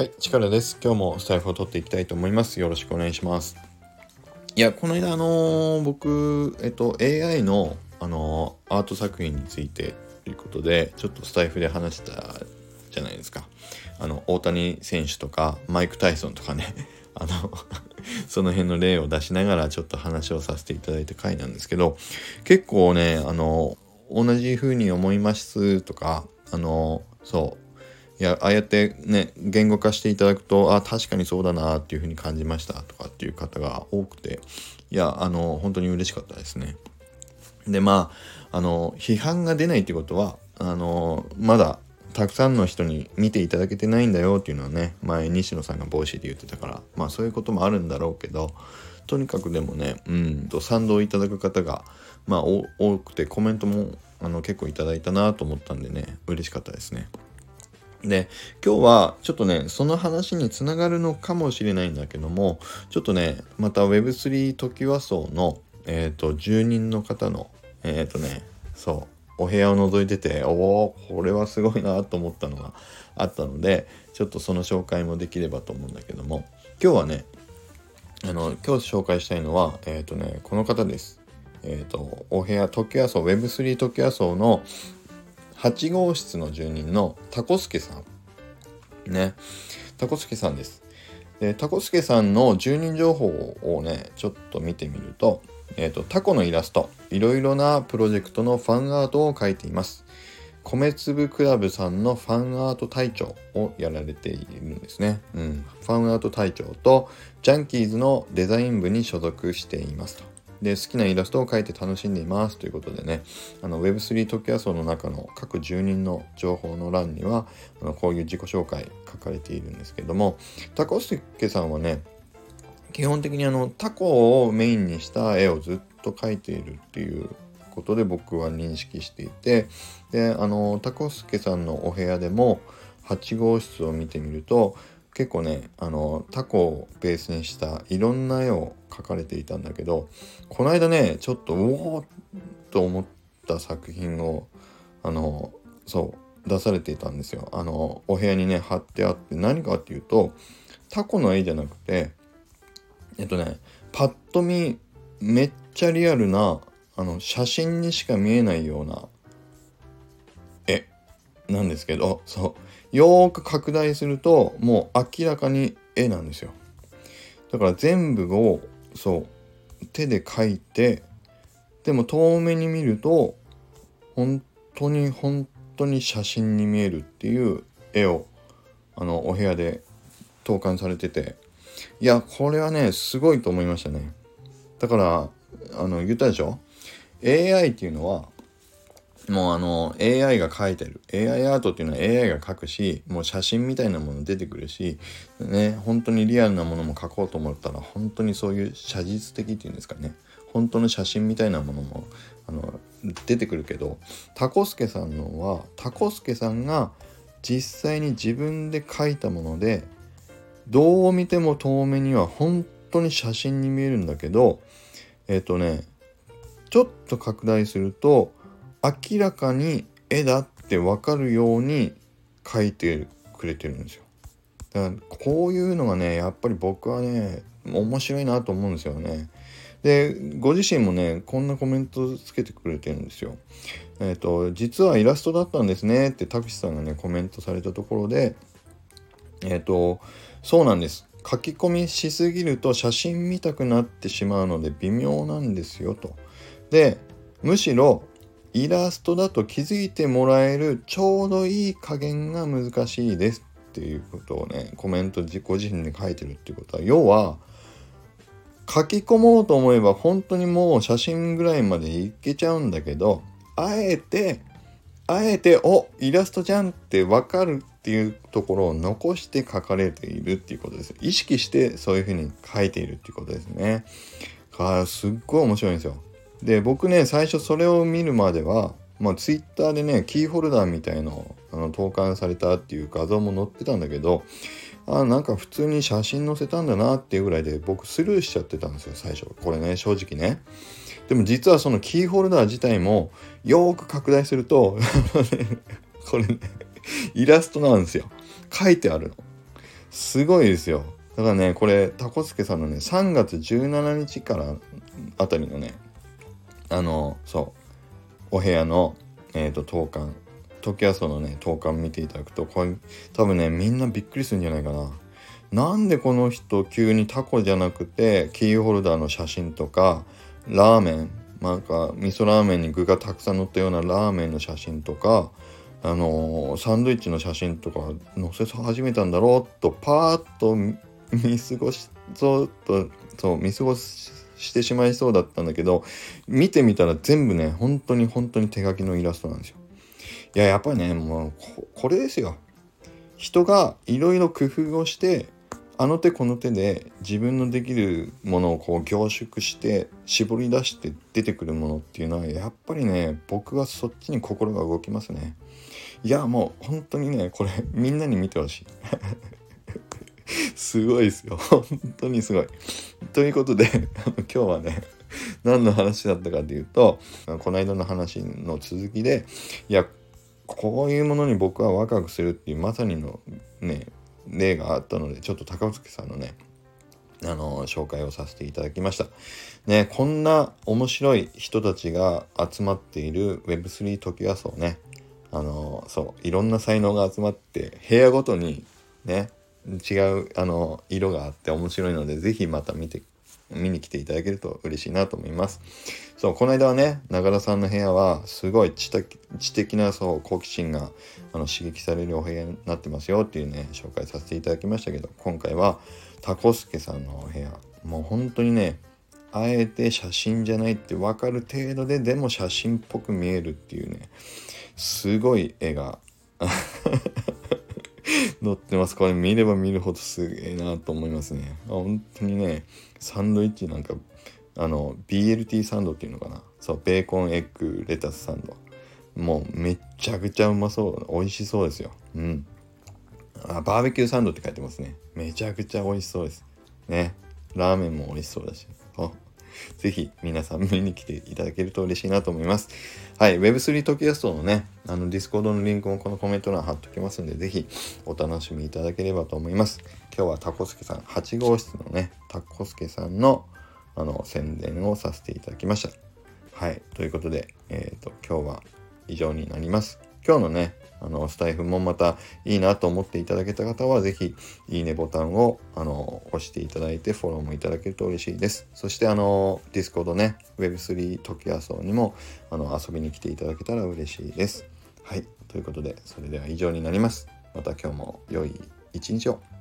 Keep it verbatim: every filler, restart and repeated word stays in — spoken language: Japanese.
はい、力です。今日もスタイフを取っていきたいと思います。よろしくお願いします。いや、この間あのー、僕、えっと エーアイ のあのー、アート作品についてということで、ちょっとスタイフで話したじゃないですか。あの大谷選手とかマイク・タイソンとかね、あのその辺の例を出しながらちょっと話をさせていただいた回なんですけど、結構ね、あの同じ風に思いますとか、あのそういや、ああやってね言語化していただくと、あ確かにそうだなっていう風に感じましたとかっていう方が多くて、いやあの本当に嬉しかったですね。でまああの批判が出ないってことは、あのまだたくさんの人に見ていただけてないんだよっていうのはね、前西野さんがボイシーで言ってたから、まあそういうこともあるんだろうけど、とにかくでもね、うんと賛同いただく方がまあ多くて、コメントもあの結構いただいたなと思ったんでね、嬉しかったですね。で今日はちょっとねその話につながるのかもしれないんだけども、ちょっとねまた ウェブスリー トキワ荘のえっと住人の方のえっとねそうお部屋を覗いてて、おおこれはすごいなと思ったのがあったので、ちょっとその紹介もできればと思うんだけども、今日はねあの今日紹介したいのはえっとねこの方です。えっとお部屋トキワ荘 ウェブスリー トキワ荘のはち号室の住人のタコスケさんね、タコスケさんです。でタコスケさんの住人情報をねちょっと見てみると、えーと、タコのイラスト、いろいろなプロジェクトのファンアートを描いています。米粒クラブさんのファンアート隊長をやられているんですね、うん、ファンアート隊長とジャンキーズのデザイン部に所属していますと。で好きなイラストを描いて楽しんでいますということでね、あの ウェブスリー トキワ荘の中の各住人の情報の欄にはあのこういう自己紹介書かれているんですけども、タコスケさんはね基本的にあのタコをメインにした絵をずっと描いているっていうことで僕は認識していて、であのタコスケさんのお部屋でもはち号室を見てみると結構ねあのタコをベースにしたいろんな絵を描かれていたんだけど、この間ねちょっとおおと思った作品をあのそう出されていたんですよ。あのお部屋にね貼ってあって、何かっていうとタコの絵じゃなくてえっとねパッと見めっちゃリアルなあの写真にしか見えないような絵なんですけど、そうよーく拡大するともう明らかに絵なんですよ。だから全部をそう手で描いて、でも遠目に見ると本当に本当に写真に見えるっていう絵をあのお部屋で投函されてて、いやこれはねすごいと思いましたね。だからあの言ったでしょ、 エーアイ っていうのはもうあの エーアイ が描いてる エーアイ アートっていうのは エーアイ が描くし、もう写真みたいなもの出てくるしね、本当にリアルなものも描こうと思ったら本当にそういう写実的っていうんですかね、本当の写真みたいなものもあの出てくるけど、タコスケさんのはタコスケさんが実際に自分で描いたもので、どう見ても遠目には本当に写真に見えるんだけど、えっとねちょっと拡大すると明らかに絵だって分かるように描いてくれてるんですよ。だからこういうのがねやっぱり僕はね面白いなと思うんですよね。でご自身もねこんなコメントつけてくれてるんですよ。えっと実はイラストだったんですねってたくしさんがねコメントされたところで、えっとそうなんです、書き込みしすぎると写真見たくなってしまうので微妙なんですよと。でむしろイラストだと気づいてもらえるちょうどいい加減が難しいですっていうことをねコメントご自身で書いてるっていうことは、要は書き込もうと思えば本当にもう写真ぐらいまでいけちゃうんだけど、あえてあえておイラストじゃんって分かるっていうところを残して書かれているっていうことです。意識してそういう風に書いているっていうことですね。あすっごい面白いんですよ。で僕ね最初それを見るまでは、まあ、ツイッターでねキーホルダーみたいのあの投函されたっていう画像も載ってたんだけど、あなんか普通に写真載せたんだなっていうぐらいで僕スルーしちゃってたんですよ最初。これね正直ね。でも実はそのキーホルダー自体もよーく拡大するとこれねイラストなんですよ。書いてあるのすごいですよ。だからね、これタコスケさんのねさんがつじゅうしちにちからあたりのね、あのそうお部屋のえっ、ー、と投函トキワ荘のね投函見ていただくと、これ多分ねみんなびっくりするんじゃないかな。なんでこの人急にタコじゃなくてキーホルダーの写真とかラーメン、なんか味噌ラーメンに具がたくさん乗ったようなラーメンの写真とか、あのー、サンドイッチの写真とか載せ始めたんだろうとパーッと見過ごしそうとそう見過ごしてしまいそうだったんだけど、見てみたら全部ね本当に本当に手書きのイラストなんですよ。いややっぱりねもう こ, これですよ。人がいろいろ工夫をしてあの手この手で自分のできるものをこう凝縮して絞り出して出てくるものっていうのはやっぱりね僕はそっちに心が動きますね。いやもう本当にねこれみんなに見てほしいすごいですよ本当にすごい。ということで今日はね何の話だったかというと、この間の話の続きで、いやこういうものに僕はワクワクするっていうまさにのね例があったので、ちょっと高槻さんのねあの紹介をさせていただきましたね。こんな面白い人たちが集まっている ウェブスリー トキワ荘ね、あのそういろんな才能が集まって部屋ごとにね違うあの色があって面白いので、ぜひまた見て見に来ていただけると嬉しいなと思います。そうこの間はね中田さんの部屋はすごい知的、知的なそう好奇心があの刺激されるお部屋になってますよっていうね紹介させていただきましたけど、今回はタコスケさんのお部屋、もう本当にねあえて写真じゃないって分かる程度ででも写真っぽく見えるっていうねすごい絵が載ってます。これ見れば見るほどすげえなと思いますね。本当にねサンドイッチなんかあの ビーエルティー サンドっていうのかな、そうベーコンエッグレタスサンド、もうめちゃくちゃうまそう、美味しそうですよ。うんあバーベキューサンドって書いてますね。めちゃくちゃ美味しそうですね。ラーメンも美味しそうだし、ぜひ皆さん見に来ていただけると嬉しいなと思います。はい、ウェブスリー トキワ荘のね、あのディスコードのリンクもこのコメント欄貼っときますんで、ぜひお楽しみいただければと思います。今日はタコスケさんはち号室のね、タコスケさんのあの宣伝をさせていただきました。はい、ということで、えっと今日は以上になります。今日のね、あのスタイフもまたいいなと思っていただけた方はぜひいいねボタンをあの押していただいてフォローもいただけると嬉しいです。そしてあのディスコードね ウェブスリー トキワ荘にもあの遊びに来ていただけたら嬉しいです。はい、ということでそれでは以上になります。また今日も良い一日を。